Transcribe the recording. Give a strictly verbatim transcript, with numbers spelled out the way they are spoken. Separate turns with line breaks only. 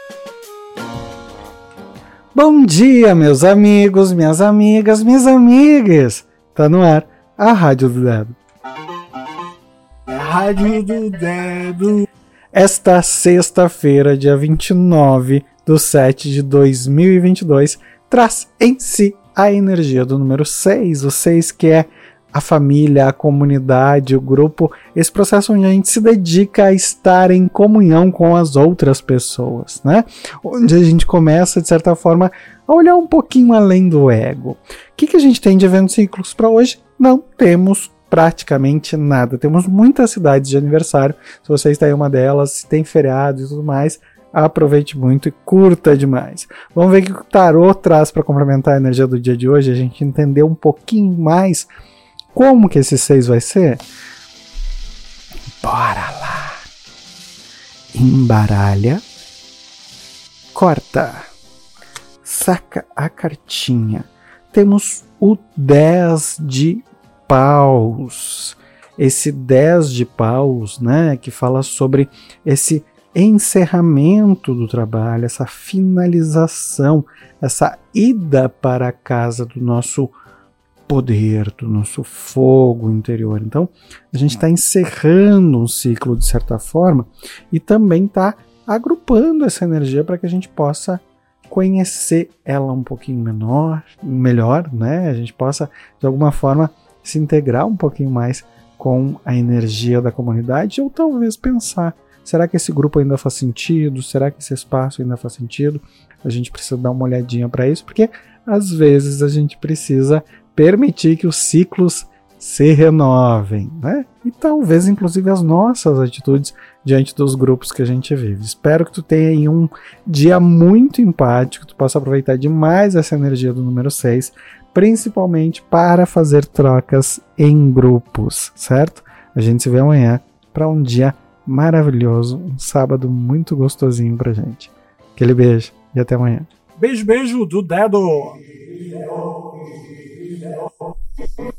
Bom dia, meus amigos, minhas amigas, minhas amigas. Tá no ar a Rádio do Dedo.
Rádio do Dedo.
Esta sexta-feira, dia vinte e nove de sete de dois mil e vinte e dois, traz em si a energia do número seis, o seis que é a família, a comunidade, o grupo, esse processo onde a gente se dedica a estar em comunhão com as outras pessoas, né? Onde a gente começa, de certa forma, a olhar um pouquinho além do ego. O que, que a gente tem de eventos cíclicos para hoje? Não temos praticamente nada. Temos muitas cidades de aniversário. Se você está em uma delas, se tem feriado e tudo mais, aproveite muito e curta demais. Vamos ver o que o tarô traz para complementar a energia do dia de hoje, a gente entender um pouquinho mais como que esse seis vai ser? Bora lá! Embaralha, corta, saca a cartinha. Temos o dez de paus. Esse dez de paus, né, que fala sobre esse encerramento do trabalho, essa finalização, essa ida para a casa do nosso poder, do nosso fogo interior. Então, a gente está encerrando um ciclo de certa forma e também está agrupando essa energia para que a gente possa conhecer ela um pouquinho menor, melhor, né? A gente possa, de alguma forma, se integrar um pouquinho mais com a energia da comunidade ou talvez pensar, será que esse grupo ainda faz sentido? Será que esse espaço ainda faz sentido? A gente precisa dar uma olhadinha para isso, porque às vezes a gente precisa permitir que os ciclos se renovem, né? E talvez, inclusive, as nossas atitudes diante dos grupos que a gente vive. Espero que tu tenha aí um dia muito empático, que tu possa aproveitar demais essa energia do número seis, principalmente para fazer trocas em grupos, certo? A gente se vê amanhã para um dia maravilhoso, um sábado muito gostosinho pra gente. Aquele beijo e até amanhã.
Beijo, beijo do dedo.